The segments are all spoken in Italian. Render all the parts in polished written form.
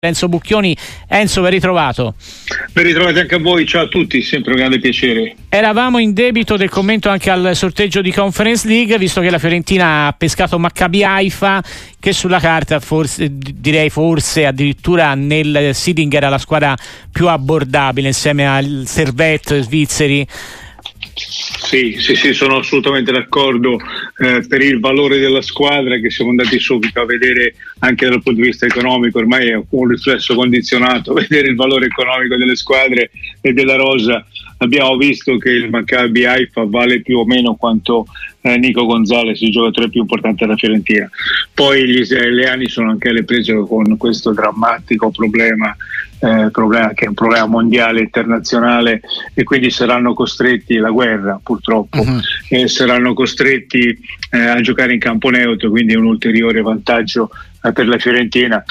Enzo Bucchioni. Enzo, ben ritrovato. Ben ritrovati anche a voi, ciao a tutti, sempre un grande piacere. Eravamo in debito del commento anche al sorteggio di Conference League, visto che la Fiorentina ha pescato Maccabi Haifa, che sulla carta forse addirittura nel seeding era la squadra più abbordabile insieme al Servette svizzeri. Sì, sono assolutamente d'accordo per il valore della squadra, che siamo andati subito a vedere anche dal punto di vista economico. Ormai è un riflesso condizionato vedere il valore economico delle squadre e della rosa. Abbiamo visto che il Maccabi Haifa vale più o meno quanto Nico Gonzalez, il giocatore più importante della Fiorentina. Poi gli israeliani sono anche alle prese con questo drammatico problema che è un problema mondiale, internazionale, e quindi saranno costretti, la guerra purtroppo, saranno costretti a giocare in campo neutro, quindi è un ulteriore vantaggio per la Fiorentina.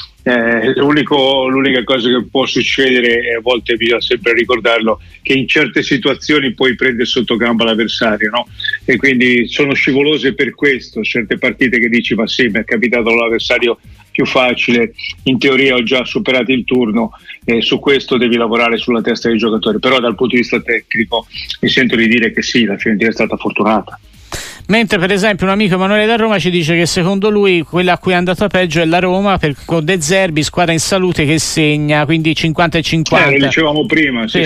L'unica cosa che può succedere, e a volte bisogna sempre ricordarlo, che in certe situazioni puoi prendere sotto gamba l'avversario, no? E quindi sono scivolose per questo certe partite che dici ma sì, mi è capitato l'avversario più facile, in teoria ho già superato il turno, su questo devi lavorare sulla testa dei giocatori. Però dal punto di vista tecnico mi sento di dire che sì, la Fiorentina è stata fortunata. Mentre per esempio un amico, Emanuele da Roma, ci dice che secondo lui quella a cui è andata peggio è la Roma, con De Zerbi, squadra in salute che segna, quindi 50 e 50. Lo dicevamo prima, sì.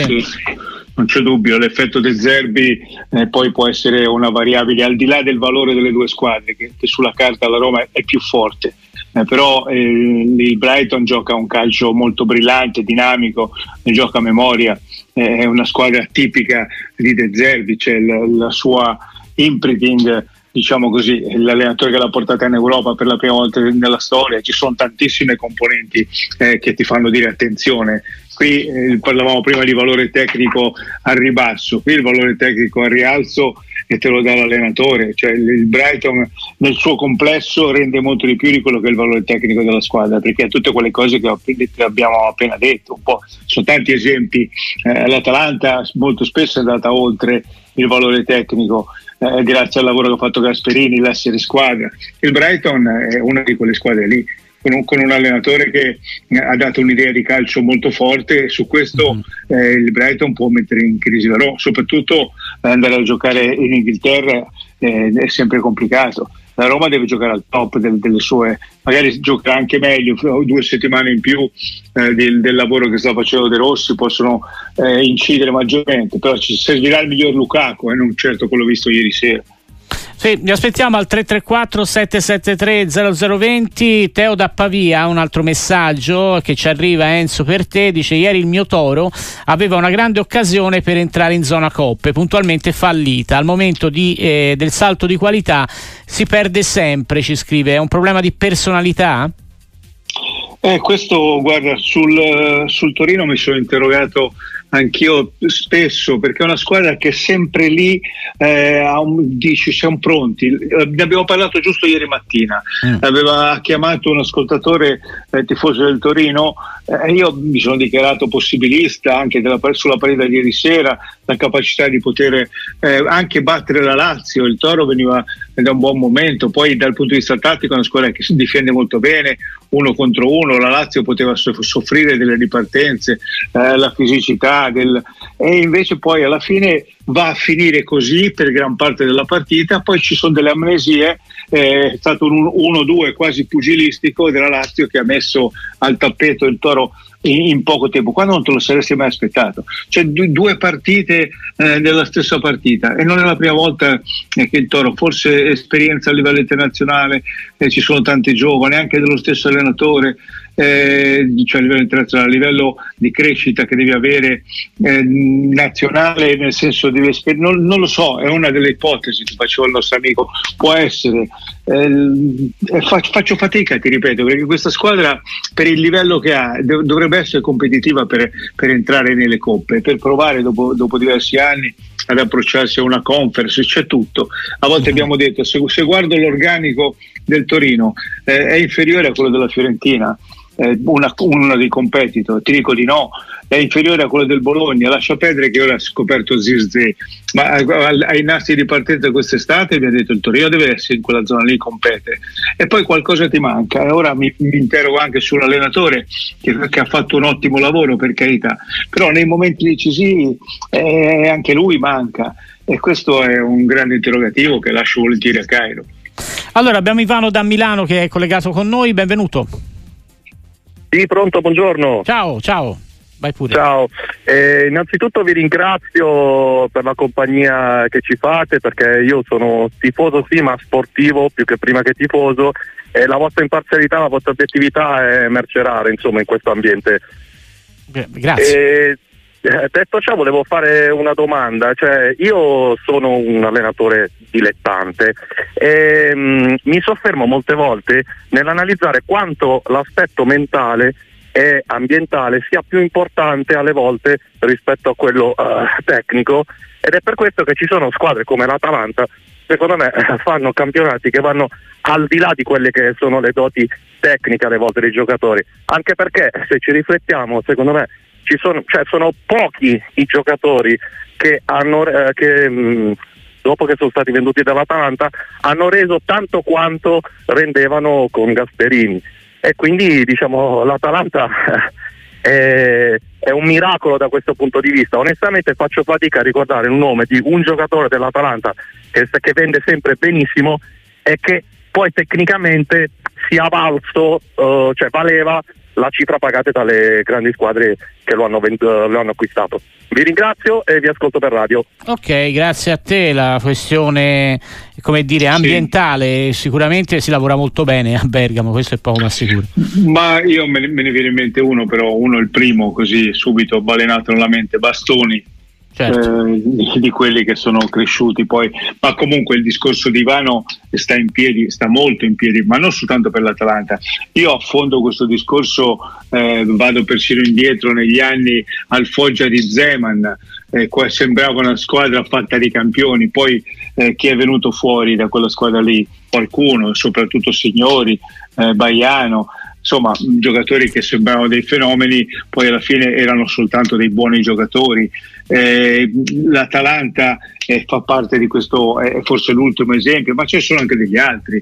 Non c'è dubbio, l'effetto De Zerbi poi può essere una variabile al di là del valore delle due squadre, che sulla carta la Roma è più forte. Però il Brighton gioca un calcio molto brillante, dinamico, gioca a memoria, è una squadra tipica di De Zerbi, c'è la sua imprinting, diciamo così, l'allenatore che l'ha portata in Europa per la prima volta nella storia. Ci sono tantissime componenti che ti fanno dire attenzione. Qui parlavamo prima di valore tecnico al ribasso, qui il valore tecnico al rialzo e te lo dà l'allenatore, cioè il Brighton nel suo complesso rende molto di più di quello che è il valore tecnico della squadra, perché ha tutte quelle cose che abbiamo appena detto. Un po', sono tanti esempi, l'Atalanta molto spesso è andata oltre il valore tecnico grazie al lavoro che ha fatto Gasperini, l'essere squadra. Il Brighton è una di quelle squadre lì, con un allenatore che ha dato un'idea di calcio molto forte, e su questo il Brighton può mettere in crisi la Roma. Soprattutto andare a giocare in Inghilterra è sempre complicato. La Roma deve giocare al top delle sue, magari giocherà anche meglio, 2 settimane in più del lavoro che sta facendo De Rossi possono incidere maggiormente, però ci servirà il miglior Lukaku e non certo quello visto ieri sera. Sì, vi aspettiamo al 334 773 0020. Teo da Pavia, un altro messaggio che ci arriva, Enzo, per te, dice: ieri il mio Toro aveva una grande occasione per entrare in zona coppe, puntualmente fallita. Al momento del salto di qualità si perde sempre, ci scrive. È un problema di personalità? Questo, guarda, sul Torino mi sono interrogato anch'io spesso, perché è una squadra che è sempre lì, dici siamo pronti. Ne abbiamo parlato giusto ieri mattina, aveva chiamato un ascoltatore tifoso del Torino, io mi sono dichiarato possibilista anche sulla partita di ieri sera, la capacità di poter anche battere la Lazio. Il Toro veniva da un buon momento, poi dal punto di vista tattico è una squadra che si difende molto bene, 1 contro 1, la Lazio poteva soffrire delle ripartenze, la fisicità e invece poi alla fine va a finire così per gran parte della partita. Poi ci sono delle amnesie, è stato un 1-2 quasi pugilistico della Lazio che ha messo al tappeto il Toro in poco tempo, quando non te lo saresti mai aspettato. Cioè 2 partite nella stessa partita, e non è la prima volta che il Toro, forse esperienza a livello internazionale, ci sono tanti giovani anche dello stesso allenatore, cioè a livello internazionale, a livello di crescita che devi avere nazionale, nel senso non lo so, è una delle ipotesi che faceva il nostro amico, può essere. Faccio fatica, ti ripeto, perché questa squadra, per il livello che ha, dovrebbe essere competitiva per entrare nelle coppe, per provare dopo diversi anni ad approcciarsi a una conference. C'è tutto. A volte abbiamo detto, se guardo l'organico del Torino è inferiore a quello della Fiorentina, uno dei competitor, ti dico di no, è inferiore a quello del Bologna, lascia perdere che ora ha scoperto Zirze, ma ai nastri di partenza quest'estate mi ha detto il Torino deve essere in quella zona lì, competere, e poi qualcosa ti manca, e ora mi interrogo anche sull'allenatore che ha fatto un ottimo lavoro, per carità, però nei momenti decisivi anche lui manca, e questo è un grande interrogativo che lascio volentieri a Cairo. Allora abbiamo Ivano da Milano che è collegato con noi, benvenuto. Sì, pronto, buongiorno. Ciao, vai pure. Ciao, innanzitutto vi ringrazio per la compagnia che ci fate, perché io sono tifoso sì, ma sportivo più che prima che tifoso, e la vostra imparzialità, la vostra obiettività è merce rara, insomma, in questo ambiente. Grazie. Detto ciò, volevo fare una domanda, cioè io sono un allenatore dilettante e mi soffermo molte volte nell'analizzare quanto l'aspetto mentale e ambientale sia più importante alle volte rispetto a quello tecnico, ed è per questo che ci sono squadre come l'Atalanta, secondo me fanno campionati che vanno al di là di quelle che sono le doti tecniche alle volte dei giocatori, anche perché se ci riflettiamo, secondo me sono pochi i giocatori che hanno dopo che sono stati venduti dall'Atalanta hanno reso tanto quanto rendevano con Gasperini, e quindi diciamo l'Atalanta è un miracolo da questo punto di vista. Onestamente faccio fatica a ricordare il nome di un giocatore dell'Atalanta che vende sempre benissimo e che poi tecnicamente sia valso, cioè valeva la cifra pagata dalle grandi squadre che lo hanno acquistato. Vi ringrazio e vi ascolto per radio. Ok, grazie a te. La questione, come dire, ambientale, sicuramente si lavora molto bene a Bergamo, questo è poco ma sicuro. Ma io me ne viene in mente uno il primo, così subito balenato nella mente, Bastoni. Certo. Di quelli che sono cresciuti poi, ma comunque il discorso di Ivano sta in piedi, sta molto in piedi, ma non soltanto per l'Atalanta. Io affondo questo discorso, vado persino indietro negli anni al Foggia di Zeman, sembrava una squadra fatta di campioni, poi chi è venuto fuori da quella squadra lì? Qualcuno, soprattutto Signori, Baiano, insomma giocatori che sembravano dei fenomeni, poi alla fine erano soltanto dei buoni giocatori. L'Atalanta fa parte di questo, è forse l'ultimo esempio, ma ci sono anche degli altri.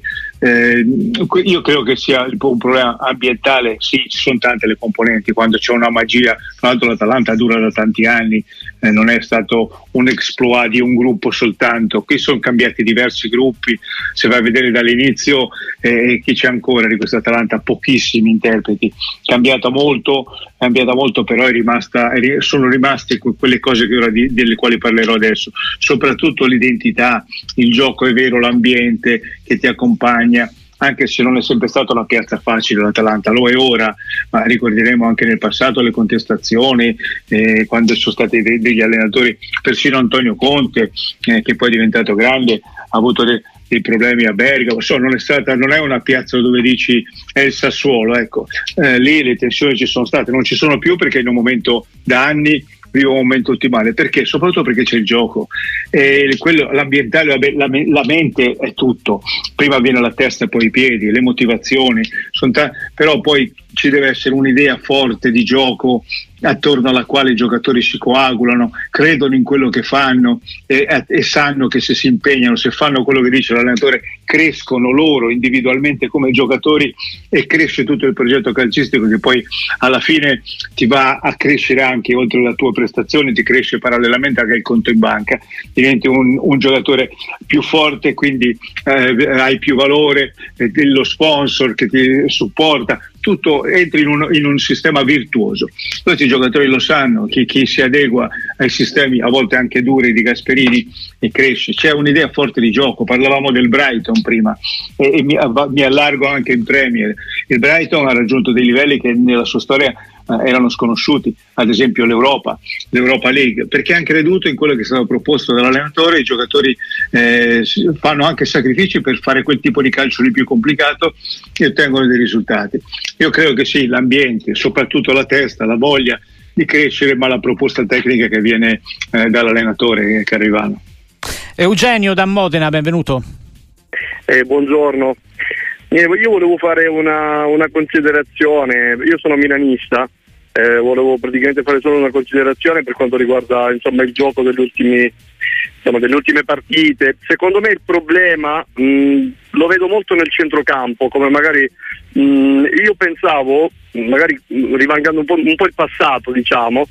Io credo che sia un problema ambientale, sì, ci sono tante le componenti, quando c'è una magia, tra l'altro l'Atalanta dura da tanti anni, non è stato un exploit di un gruppo soltanto, qui sono cambiati diversi gruppi, se vai a vedere dall'inizio chi c'è ancora di questa Atalanta, pochissimi interpreti, cambiata molto, però sono rimaste quelle cose che ora delle quali parlerò adesso, soprattutto l'identità, il gioco è vero, l'ambiente che ti accompagna, anche se non è sempre stata una piazza facile l'Atalanta, lo è ora, ma ricorderemo anche nel passato le contestazioni, quando sono stati degli allenatori, persino Antonio Conte, che poi è diventato grande, ha avuto dei problemi a Bergamo, non è una piazza dove dici è il Sassuolo, ecco, lì le tensioni ci sono state, non ci sono più perché in un momento da anni vive un momento ottimale, perché? Soprattutto perché c'è il gioco, l'ambientale, la mente è tutto, prima viene la testa e poi i piedi, le motivazioni, però poi ci deve essere un'idea forte di gioco attorno alla quale i giocatori si coagulano, credono in quello che fanno e sanno che se si impegnano, se fanno quello che dice l'allenatore, crescono loro individualmente come giocatori e cresce tutto il progetto calcistico che poi alla fine ti va a crescere anche oltre la tua prestazione, ti cresce parallelamente anche il conto in banca, diventi un giocatore più forte, quindi hai più valore, lo sponsor che ti supporta, tutto entri in un sistema virtuoso. Questi giocatori lo sanno, chi si adegua ai sistemi a volte anche duri di Gasperini e cresce. C'è un'idea forte di gioco, parlavamo del Brighton prima e mi allargo anche in Premier. Il Brighton ha raggiunto dei livelli che nella sua storia erano sconosciuti, ad esempio l'Europa League, perché hanno creduto in quello che è stato proposto dall'allenatore. I giocatori fanno anche sacrifici per fare quel tipo di calcio lì più complicato e ottengono dei risultati. Io credo che sì, l'ambiente, soprattutto la testa, la voglia di crescere, ma la proposta tecnica che viene dall'allenatore Carivano. Eugenio da Modena, benvenuto. Buongiorno. Io volevo fare una considerazione, io sono milanista, volevo praticamente fare solo una considerazione per quanto riguarda il gioco delle ultime partite. Secondo me il problema lo vedo molto nel centrocampo, come magari io pensavo, magari rivangando un po' il passato, diciamo,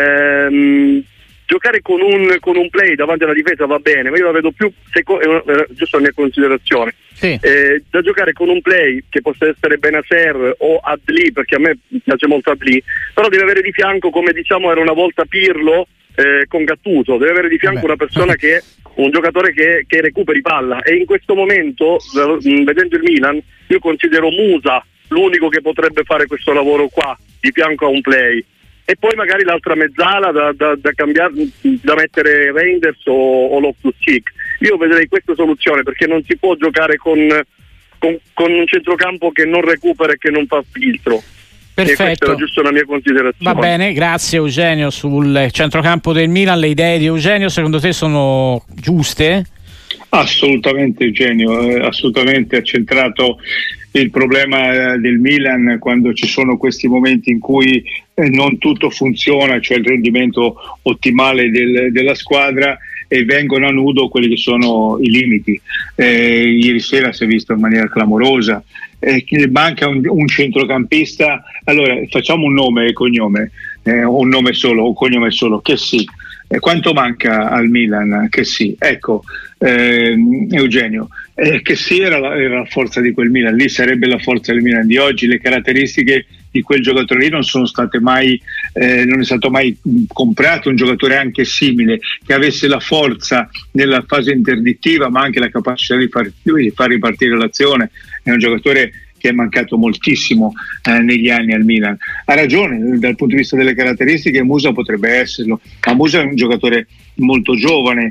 giocare con un play davanti alla difesa va bene, ma io la vedo più, giusto la mia considerazione, sì. Da giocare con un play che possa essere Benacer o Adli, perché a me piace molto Adli, però deve avere di fianco, come diciamo era una volta Pirlo con Gattuso, deve avere di fianco una persona un giocatore che recuperi palla, e in questo momento, vedendo il Milan, io considero Musa l'unico che potrebbe fare questo lavoro qua, di fianco a un play. E poi magari l'altra mezzala da cambiare, da mettere Reinders o Loftus-Cheek. Io vedrei questa soluzione, perché non si può giocare con un centrocampo che non recupera e che non fa filtro. Perfetto. E questa era giusto una mia considerazione. Va bene, grazie Eugenio. Sul centrocampo del Milan le idee di Eugenio secondo te sono giuste? Assolutamente Eugenio, assolutamente ha centrato il problema del Milan quando ci sono questi momenti in cui non tutto funziona, cioè il rendimento ottimale della squadra, e vengono a nudo quelli che sono i limiti. Ieri sera si è visto in maniera clamorosa. Manca un centrocampista. Allora facciamo un nome e cognome, un nome solo o cognome solo, che sì. Quanto manca al Milan? Che sì, ecco, Eugenio, che sì era la forza di quel Milan, lì sarebbe la forza del Milan di oggi. Le caratteristiche di quel giocatore lì non sono state mai, non è stato mai comprato un giocatore anche simile, che avesse la forza nella fase interdittiva ma anche la capacità di far ripartire l'azione. È un giocatore che è mancato moltissimo negli anni al Milan. Ha ragione, dal punto di vista delle caratteristiche Musa potrebbe esserlo, ma Musa è un giocatore molto giovane,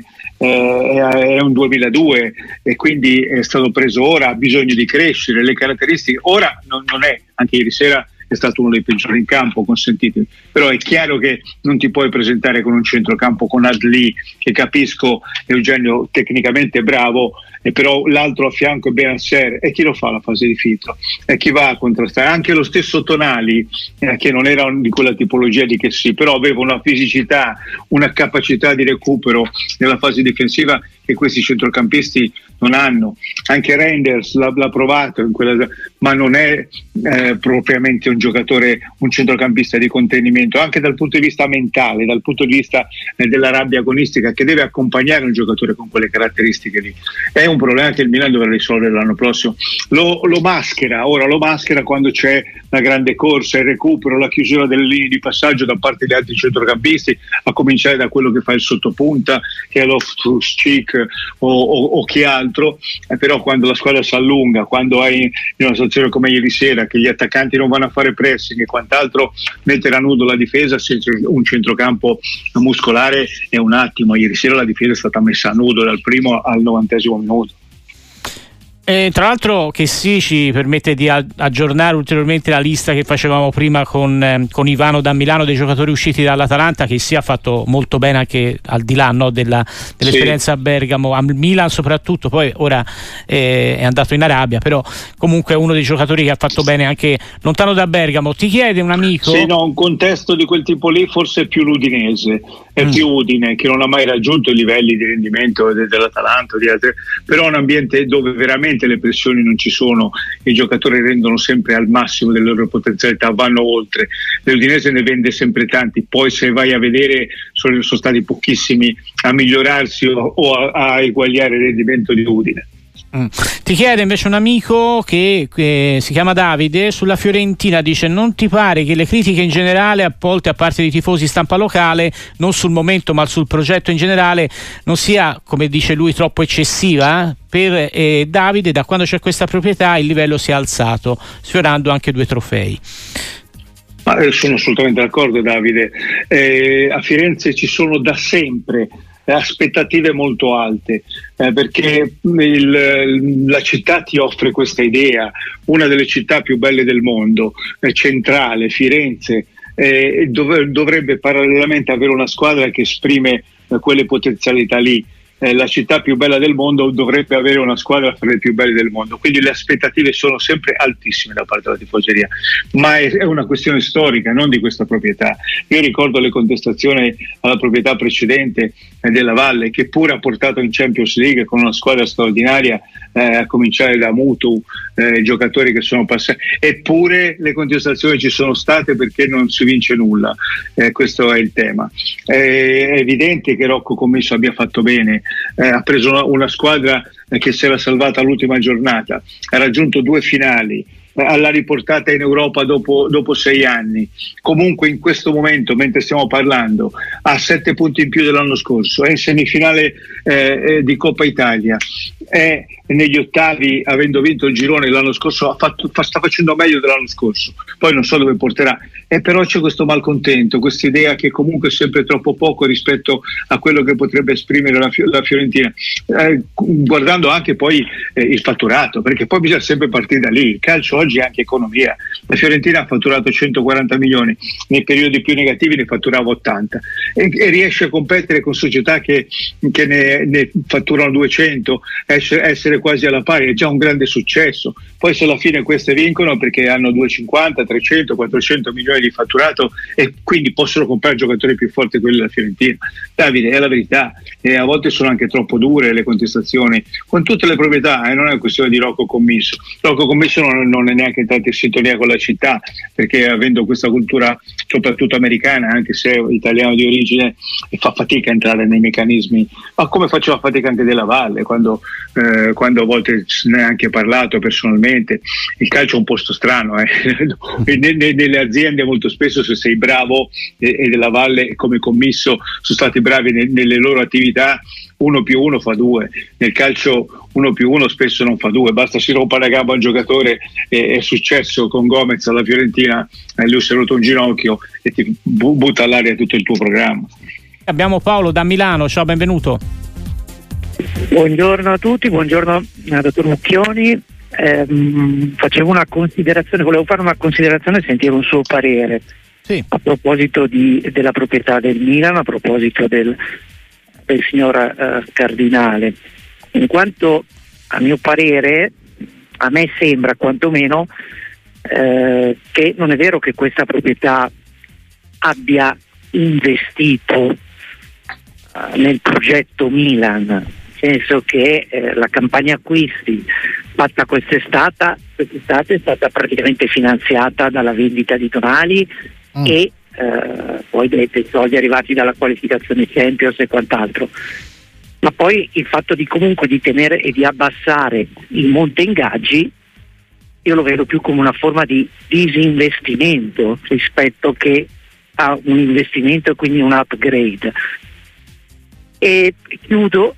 è un 2002 e quindi è stato preso ora, ha bisogno di crescere. Le caratteristiche ora non è, anche ieri sera è stato uno dei peggiori in campo, consentitemi, però è chiaro che non ti puoi presentare con un centrocampo con Adli, che capisco Eugenio tecnicamente bravo, e però l'altro a fianco è Benacer, e chi lo fa la fase di filtro? E chi va a contrastare? Anche lo stesso Tonali, che non era di quella tipologia di che sì, però aveva una fisicità, una capacità di recupero nella fase difensiva che questi centrocampisti non hanno. Anche Reinders l'ha provato ma non è propriamente un giocatore, un centrocampista di contenimento, anche dal punto di vista mentale, dal punto di vista della rabbia agonistica, che deve accompagnare un giocatore con quelle caratteristiche lì. È un problema che il Milan dovrà risolvere l'anno prossimo. Lo maschera quando c'è la grande corsa, il recupero, la chiusura delle linee di passaggio da parte degli altri centrocampisti, a cominciare da quello che fa il sottopunta, che è Loftus-Cheek o chi altro. Però quando la squadra si allunga, quando hai in una situazione come ieri sera, che gli attaccanti non vanno a fare pressing e quant'altro, mettere a nudo la difesa senza un centrocampo muscolare è un attimo. Ieri sera la difesa è stata messa a nudo dal primo al 90° minuto. Tra l'altro che sì, ci permette di aggiornare ulteriormente la lista che facevamo prima con Ivano da Milano dei giocatori usciti dall'Atalanta, che sì ha fatto molto bene anche al di là, no, dell'esperienza a Bergamo, a Milan soprattutto, poi ora è andato in Arabia, però comunque è uno dei giocatori che ha fatto bene anche lontano da Bergamo. Ti chiede un amico? Sì, no, un contesto di quel tipo lì forse è più l'Udinese, è più Udine, che non ha mai raggiunto i livelli di rendimento dell'Atalanta, di altre, però è un ambiente dove veramente le pressioni non ci sono, i giocatori rendono sempre al massimo delle loro potenzialità, vanno oltre. L'Udinese ne vende sempre tanti, poi se vai a vedere sono stati pochissimi a migliorarsi o a eguagliare il rendimento di Udine. Ti chiede invece un amico che si chiama Davide, sulla Fiorentina, dice: non ti pare che le critiche in generale, a volte a parte di tifosi stampa locale, non sul momento ma sul progetto in generale, non sia, come dice lui, troppo eccessiva? Per Davide, da quando c'è questa proprietà il livello si è alzato, sfiorando anche 2 trofei. Sono assolutamente d'accordo, Davide. A Firenze ci sono da sempre aspettative molto alte, perché la città ti offre questa idea, una delle città più belle del mondo, centrale, Firenze, dovrebbe parallelamente avere una squadra che esprime quelle potenzialità lì. la città più bella del mondo dovrebbe avere una squadra fra le più belle del mondo, quindi le aspettative sono sempre altissime da parte della tifoseria, ma è una questione storica, non di questa proprietà. Io ricordo le contestazioni alla proprietà precedente della Valle, che pure ha portato in Champions League con una squadra straordinaria, a cominciare da Mutu, giocatori che sono passati, eppure le contestazioni ci sono state perché non si vince nulla. Questo è il tema. È evidente che Rocco Commisso abbia fatto bene, ha preso una squadra che si era salvata all'ultima giornata, ha raggiunto 2 finali, alla riportata in Europa dopo 6 anni. Comunque in questo momento, mentre stiamo parlando, ha 7 punti in più dell'anno scorso, è in semifinale di Coppa Italia, è negli ottavi, avendo vinto il girone l'anno scorso, sta facendo meglio dell'anno scorso, poi non so dove porterà, però c'è questo malcontento, questa idea che comunque è sempre troppo poco rispetto a quello che potrebbe esprimere la Fiorentina, guardando anche poi il fatturato, perché poi bisogna sempre partire da lì. Il calcio oggi è anche economia. La Fiorentina ha fatturato 140 milioni, nei periodi più negativi ne fatturava 80 e riesce a competere con società che ne fatturano 200, essere quasi alla pari, è già un grande successo. Poi se alla fine queste vincono perché hanno 250, 300, 400 milioni di fatturato e quindi possono comprare giocatori più forti di quelli della Fiorentina. Davide, è la verità, e a volte sono anche troppo dure le contestazioni con tutte le proprietà, non è una questione di Rocco Commisso. Rocco Commisso non è neanche entrato in sintonia con la città, perché avendo questa cultura soprattutto americana, anche se è italiano di origine, fa fatica a entrare nei meccanismi, ma come faceva fatica anche Della Valle quando a volte ne ha anche parlato personalmente. Il calcio è un posto strano, nelle aziende molto spesso se sei bravo, e Della Valle come Commisso sono stati bravi nelle loro attività, 1 più 1 fa 2. Nel calcio 1 più 1 spesso non fa 2, basta si rompa la gamba a un giocatore. È successo con Gomez alla Fiorentina, lui si è rotto un ginocchio e ti butta all'aria tutto il tuo programma. Abbiamo Paolo da Milano, ciao, benvenuto. Buongiorno a tutti, buongiorno al dottor Mucchioni. Volevo fare una considerazione e sentire un suo parere. Sì. A proposito della proprietà del Milan, a proposito del signor Cardinale, in quanto a mio parere, a me sembra quantomeno che non è vero che questa proprietà abbia investito nel progetto Milan, nel senso che la campagna acquisti fatta quest'estate è stata praticamente finanziata dalla vendita di Tonali e poi dei soldi arrivati dalla qualificazione Champions e quant'altro, ma poi il fatto di comunque di tenere e di abbassare il monte ingaggi io lo vedo più come una forma di disinvestimento rispetto che a un investimento e quindi un upgrade. E chiudo,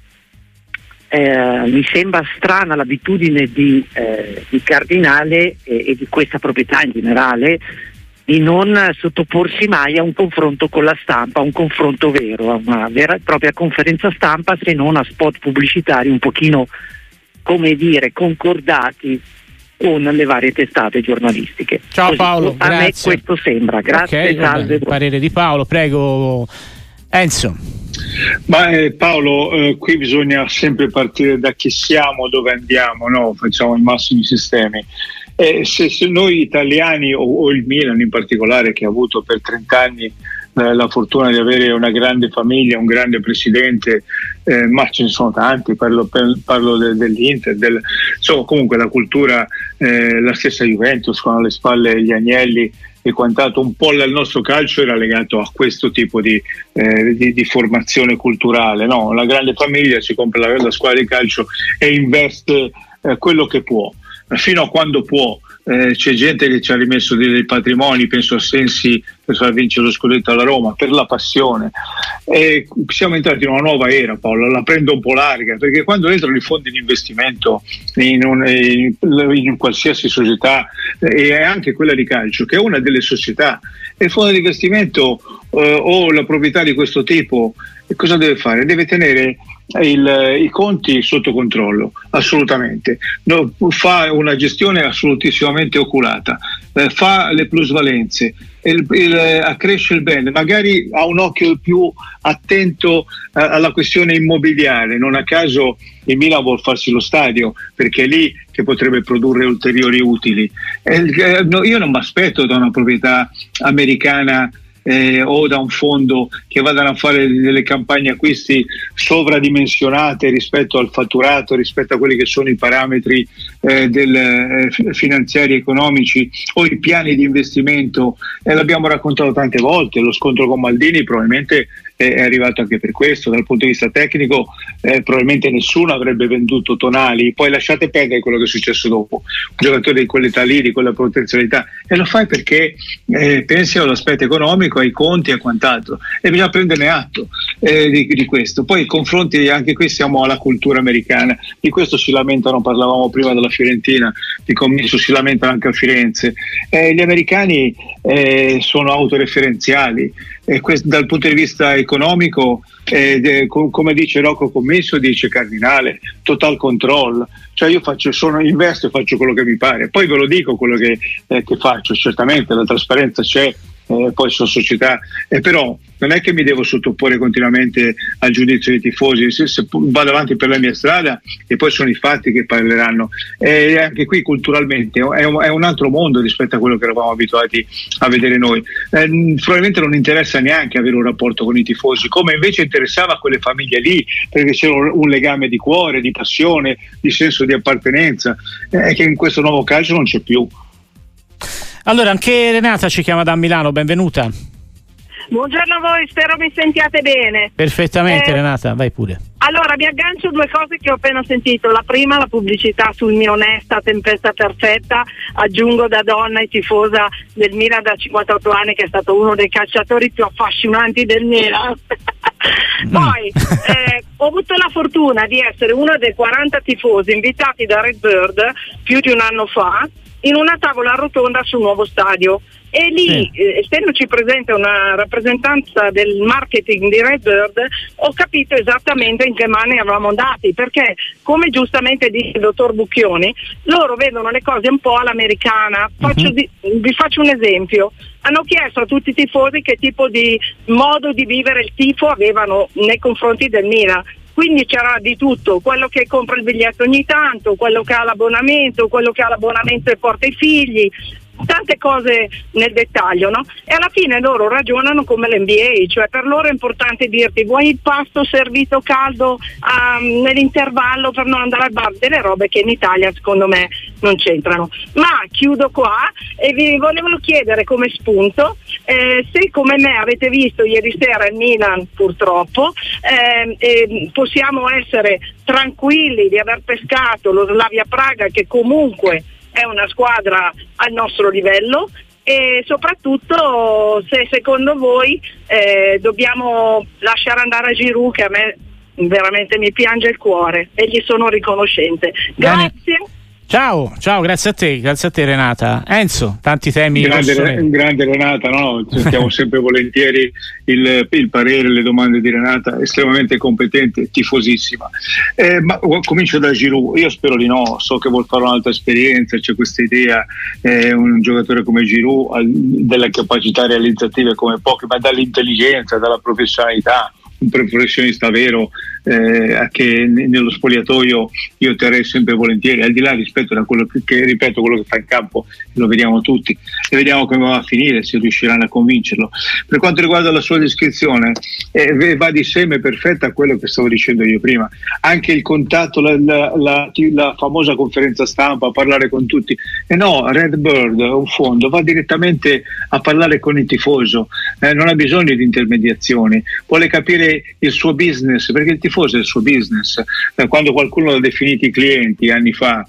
mi sembra strana l'abitudine di Cardinale e di questa proprietà in generale di non sottoporsi mai a un confronto con la stampa, a un confronto vero, a una vera e propria conferenza stampa, se non a spot pubblicitari un pochino, come dire, concordati con le varie testate giornalistiche. Ciao. Così, Paolo, a grazie. me questo sembra. Grazie, salve. Il parere di Paolo, prego Enzo. Ma Paolo, qui bisogna sempre partire da chi siamo, dove andiamo, no? Facciamo i massimi sistemi. Se noi italiani o il Milan in particolare, che ha avuto per 30 anni la fortuna di avere una grande famiglia, un grande presidente, ma ce ne sono tanti, parlo dell'Inter, insomma comunque la cultura, la stessa Juventus con alle spalle gli Agnelli e quant'altro, un po' il nostro calcio era legato a questo tipo di formazione culturale, no? La grande famiglia si compra la squadra di calcio e investe quello che può, fino a quando può. C'è gente che ci ha rimesso dei patrimoni, penso a Sensi per far vincere lo scudetto alla Roma, per la passione. Siamo entrati in una nuova era, Paolo, la prendo un po' larga, perché quando entrano i fondi di investimento in qualsiasi società, e anche quella di calcio, che è una delle società, e il fondo di investimento o la proprietà di questo tipo, cosa deve fare? Deve tenere i conti sotto controllo, assolutamente, fa una gestione assolutissimamente oculata, fa le plusvalenze, accresce il brand, magari ha un occhio più attento alla questione immobiliare. Non a caso il Milan vuol farsi lo stadio, perché è lì che potrebbe produrre ulteriori utili. Io non mi aspetto da una proprietà americana o da un fondo che vadano a fare delle campagne acquisti sovradimensionate rispetto al fatturato, rispetto a quelli che sono i parametri finanziari economici o i piani di investimento. L'abbiamo raccontato tante volte, lo scontro con Maldini probabilmente è arrivato anche per questo. Dal punto di vista tecnico probabilmente nessuno avrebbe venduto Tonali, poi lasciate perdere quello che è successo dopo. Un giocatore di quell'età lì, di quella potenzialità, e lo fai perché pensi all'aspetto economico, ai conti e quant'altro, e bisogna prenderne atto di questo. Poi confronti, anche qui siamo alla cultura americana, di questo si lamentano, parlavamo prima della Fiorentina, di Commisso, si lamentano anche a Firenze. Gli americani sono autoreferenziali, dal punto di vista economico, come dice Rocco Commisso, dice Cardinale, total control, cioè io investo e faccio quello che mi pare, poi ve lo dico quello che faccio. Certamente la trasparenza c'è, poi sono società, però non è che mi devo sottoporre continuamente al giudizio dei tifosi. Se vado avanti per la mia strada, e poi sono i fatti che parleranno. Anche qui culturalmente è un altro mondo rispetto a quello che eravamo abituati a vedere noi. Probabilmente non interessa neanche avere un rapporto con i tifosi, come invece interessava a quelle famiglie lì, perché c'era un legame di cuore, di passione, di senso di appartenenza, che in questo nuovo calcio non c'è più. Allora, anche Renata ci chiama da Milano, benvenuta. Buongiorno a voi, spero mi sentiate bene. Perfettamente, Renata, vai pure. Allora, mi aggancio a due cose che ho appena sentito. La prima, la pubblicità sul mio Onesta, Tempesta Perfetta. Aggiungo da donna e tifosa del Milan da 58 anni, che è stato uno dei calciatori più affascinanti del Milan. Poi ho avuto la fortuna di essere uno dei 40 tifosi invitati da Redbird più di un anno fa in una tavola rotonda sul nuovo stadio, e lì, essendoci presente una rappresentanza del marketing di Redbird, ho capito esattamente in che mani eravamo andati, perché, come giustamente dice il dottor Bucchioni, loro vedono le cose un po' all'americana. Vi faccio un esempio. Hanno chiesto a tutti i tifosi che tipo di modo di vivere il tifo avevano nei confronti del Milan. Quindi c'era di tutto, quello che compra il biglietto ogni tanto, quello che ha l'abbonamento, quello che ha l'abbonamento e porta i figli, tante cose nel dettaglio, no? E alla fine loro ragionano come l'NBA, cioè per loro è importante dirti: vuoi il pasto servito caldo nell'intervallo per non andare al bar, delle robe che in Italia secondo me non c'entrano. Ma chiudo qua e vi volevo chiedere come spunto se come me avete visto ieri sera il Milan, purtroppo, possiamo essere tranquilli di aver pescato lo Slavia Praga, che comunque è una squadra al nostro livello, e soprattutto se secondo voi dobbiamo lasciare andare a Giroud, che a me veramente mi piange il cuore e gli sono riconoscente. Grazie. Ciao, grazie a te Renata. Enzo, tanti temi. Grande Renata, no? Sentiamo sempre volentieri il parere, le domande di Renata, estremamente competente, tifosissima. Ma comincio da Giroud, io spero di no, so che vuol fare un'altra esperienza, c'è questa idea, un giocatore come Giroud ha delle capacità realizzative come pochi, ma dall'intelligenza, dalla professionalità, un professionista vero, che nello spogliatoio io terrei sempre volentieri, al di là rispetto da quello che ripeto, quello che fa in campo lo vediamo tutti, e vediamo come va a finire, se riusciranno a convincerlo. Per quanto riguarda la sua descrizione, va di seme perfetta a quello che stavo dicendo io prima, anche il contatto, la famosa conferenza stampa, a parlare con tutti. No, Redbird, un fondo, va direttamente a parlare con il tifoso, non ha bisogno di intermediazioni, vuole capire il suo business, perché il tifoso è il suo business. Quando qualcuno l'ha definito i clienti anni fa,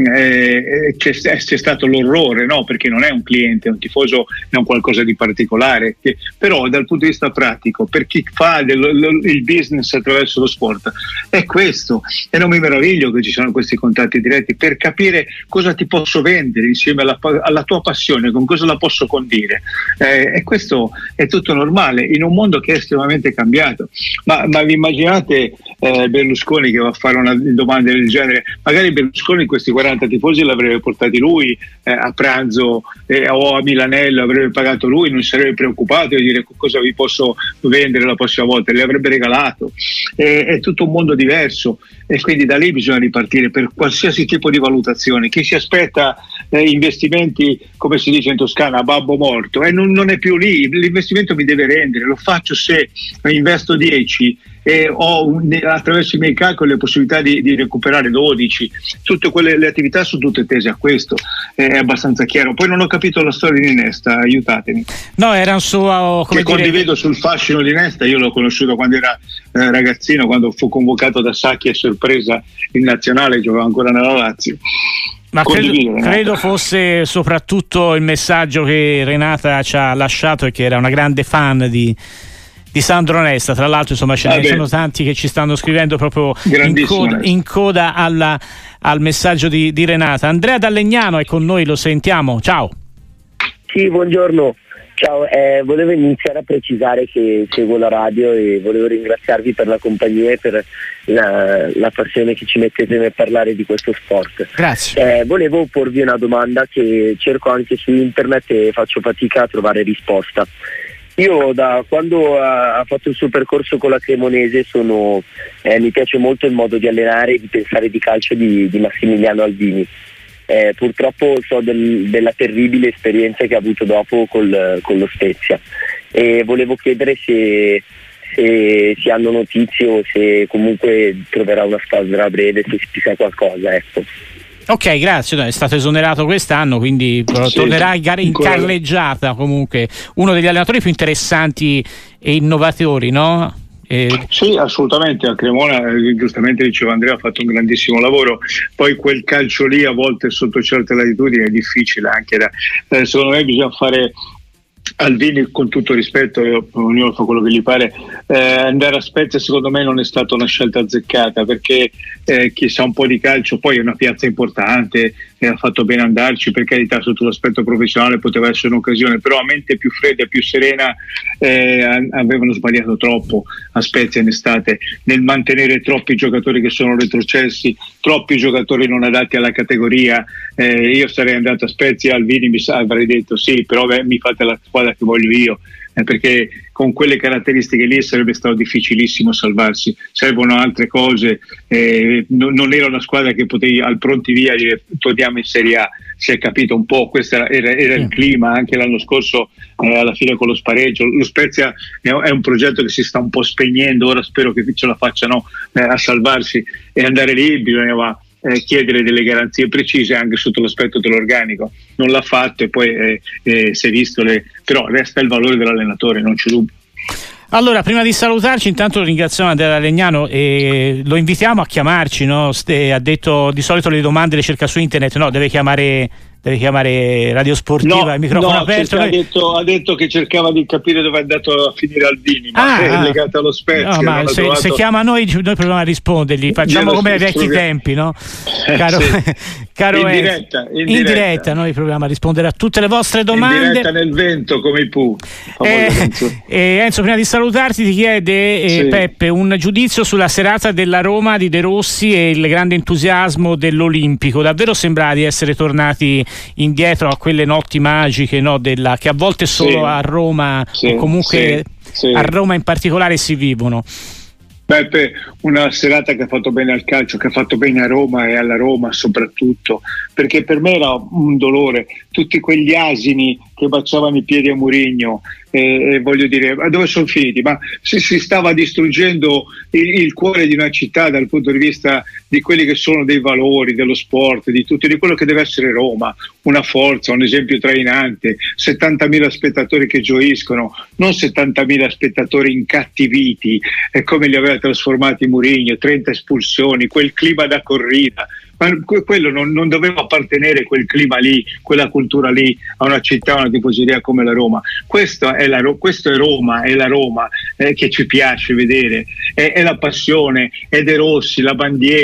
c'è stato l'orrore, no? Perché non è un cliente, un tifoso è un qualcosa di particolare, però dal punto di vista pratico, per chi fa il business attraverso lo sport, è questo, e non mi meraviglio che ci siano questi contatti diretti per capire cosa ti posso vendere insieme alla tua passione, con cosa la posso condire, e questo è tutto normale in un mondo che è estremamente cambiato. Ma vi immaginate Berlusconi che va a fare una domanda del genere? Magari Berlusconi questi 40 tifosi l'avrebbe portati lui a pranzo o a Milanello, avrebbe pagato lui, non sarebbe preoccupato di dire cosa vi posso vendere la prossima volta, li avrebbe regalato. È tutto un mondo diverso, e quindi da lì bisogna ripartire per qualsiasi tipo di valutazione. Chi si aspetta investimenti, come si dice in Toscana, a babbo morto, non è più lì. L'investimento mi deve rendere, lo faccio se investo 10 e ho attraverso i miei calcoli le possibilità di recuperare 12. Tutte le attività sono tutte tese a questo, è abbastanza chiaro. Poi non ho capito la storia di Nesta, aiutatemi. No, era un suo, come dire, condivido sul fascino di Nesta. Io l'ho conosciuto quando era ragazzino, quando fu convocato da Sacchi a sorpresa in nazionale, giocava ancora nella Lazio. Ma credo fosse soprattutto il messaggio che Renata ci ha lasciato, e che era una grande fan di Sandro Nesta. Tra l'altro, insomma, ce ne sono tanti che ci stanno scrivendo proprio in coda al messaggio di Renata. Andrea D'Alegnano è con noi, lo sentiamo. Ciao. Sì, buongiorno. Ciao, volevo iniziare a precisare che seguo la radio e volevo ringraziarvi per la compagnia e per la passione che ci mettete nel parlare di questo sport. Grazie. Volevo porvi una domanda che cerco anche su internet e faccio fatica a trovare risposta. Io da quando ha fatto il suo percorso con la Cremonese mi piace molto il modo di allenare e di pensare di calcio di Massimiliano Alvini. Purtroppo so della terribile esperienza che ha avuto dopo con lo Spezia, e volevo chiedere se si hanno notizie o se comunque troverà una squadra a breve, se si sa qualcosa, ecco. Ok, grazie. È stato esonerato quest'anno, quindi tornerà in carreggiata. Comunque uno degli allenatori più interessanti e innovatori, no? Sì, assolutamente. A Cremona, giustamente diceva Andrea, ha fatto un grandissimo lavoro. Poi quel calcio lì a volte sotto certe latitudini è difficile anche secondo me bisogna fare. Alvini, con tutto rispetto, ognuno fa quello che gli pare, andare a Spezia secondo me non è stata una scelta azzeccata, perché chi sa un po' di calcio, poi è una piazza importante, ha fatto bene andarci, per carità, sotto l'aspetto professionale poteva essere un'occasione, però a mente più fredda e più serena avevano sbagliato troppo a Spezia in estate nel mantenere troppi giocatori che sono retrocessi, troppi giocatori non adatti alla categoria. Io sarei andato a Spezia, Alvini mi avrei detto sì, però mi fate la squadra che voglio io, perché con quelle caratteristiche lì sarebbe stato difficilissimo salvarsi. Servono altre cose, non era una squadra che potevi al pronti via dire torniamo in Serie A. Si è capito un po', questo era il clima anche l'anno scorso, alla fine con lo spareggio. Lo Spezia è un progetto che si sta un po' spegnendo, ora spero che ce la facciano a salvarsi, e andare lì bisognava chiedere delle garanzie precise anche sotto l'aspetto dell'organico. Non l'ha fatto, e poi si è visto però resta il valore dell'allenatore, non c'è dubbio. Allora, prima di salutarci, intanto ringraziamo Andrea D'Alegnano e lo invitiamo a chiamarci, no? Ha detto di solito le domande le cerca su internet, no, deve chiamare Radio Sportiva, il microfono aperto. Ha detto che cercava di capire dove è andato a finire Alvini, ma è legato allo Spezia. No, ma se chiama noi proviamo a rispondergli, facciamo come ai vecchi tempi, no? Caro in diretta, noi proviamo a rispondere a tutte le vostre domande. In diretta nel vento come i Pooh. Enzo, prima di salutarti, ti chiede Peppe un giudizio sulla serata della Roma di De Rossi e il grande entusiasmo dell'Olimpico. Davvero sembra di essere tornati indietro a quelle notti magiche, no, che a volte solo a Roma o comunque a Roma in particolare si vivono. Peppe, una serata che ha fatto bene al calcio, che ha fatto bene a Roma e alla Roma soprattutto, perché per me era un dolore tutti quegli asini che baciavano i piedi a Mourinho, e voglio dire, ma dove sono finiti? Ma si stava distruggendo il cuore di una città dal punto di vista di quelli che sono dei valori, dello sport, di tutto, di quello che deve essere Roma, una forza, un esempio trainante, 70.000 spettatori che gioiscono, non 70.000 spettatori incattiviti, come li aveva trasformati Mourinho, 30 espulsioni, quel clima da corrida. Ma quello non doveva appartenere, quel clima lì, quella cultura lì, a una città, a una tifoseria come la Roma. Questo è Roma, è la Roma che ci piace vedere, è la passione, è De Rossi, la bandiera,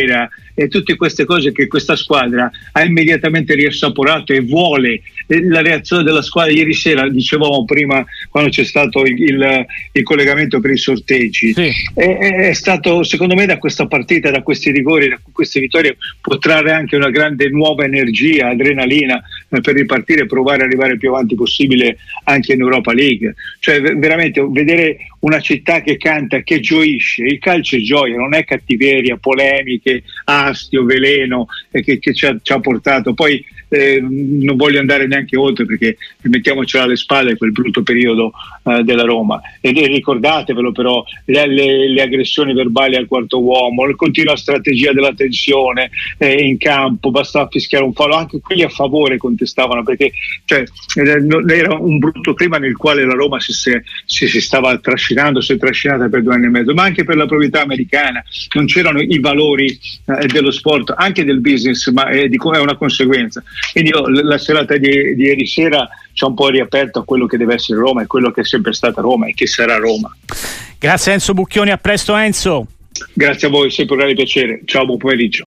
e tutte queste cose che questa squadra ha immediatamente riassaporato e vuole. La reazione della squadra ieri sera, dicevamo prima quando c'è stato il collegamento per i sorteggi, sì. È stato, secondo me, da questa partita, da questi rigori, da queste vittorie può trarre anche una grande nuova energia, adrenalina per ripartire e provare ad arrivare il più avanti possibile anche in Europa League. Cioè veramente vedere una città che canta, che gioisce. Il calcio è gioia, non è cattiveria, polemiche, astio, veleno che ci ha portato. Poi non voglio andare neanche oltre, perché mettiamocela alle spalle quel brutto periodo della Roma, e ricordatevelo però, le aggressioni verbali al quarto uomo, la continua strategia della tensione in campo, bastava fischiare un fallo, anche quelli a favore contestavano, perché era un brutto clima nel quale la Roma si stava trascinando, si è trascinata per 2 anni e mezzo, ma anche per la proprietà americana non c'erano i valori dello sport, anche del business, ma è una conseguenza. Quindi la serata di ieri sera ci ha un po' riaperto a quello che deve essere Roma e quello che è sempre stata Roma e che sarà Roma. Grazie Enzo Bucchioni, a presto Enzo. Grazie a voi, sempre un grande piacere. Ciao, buon pomeriggio.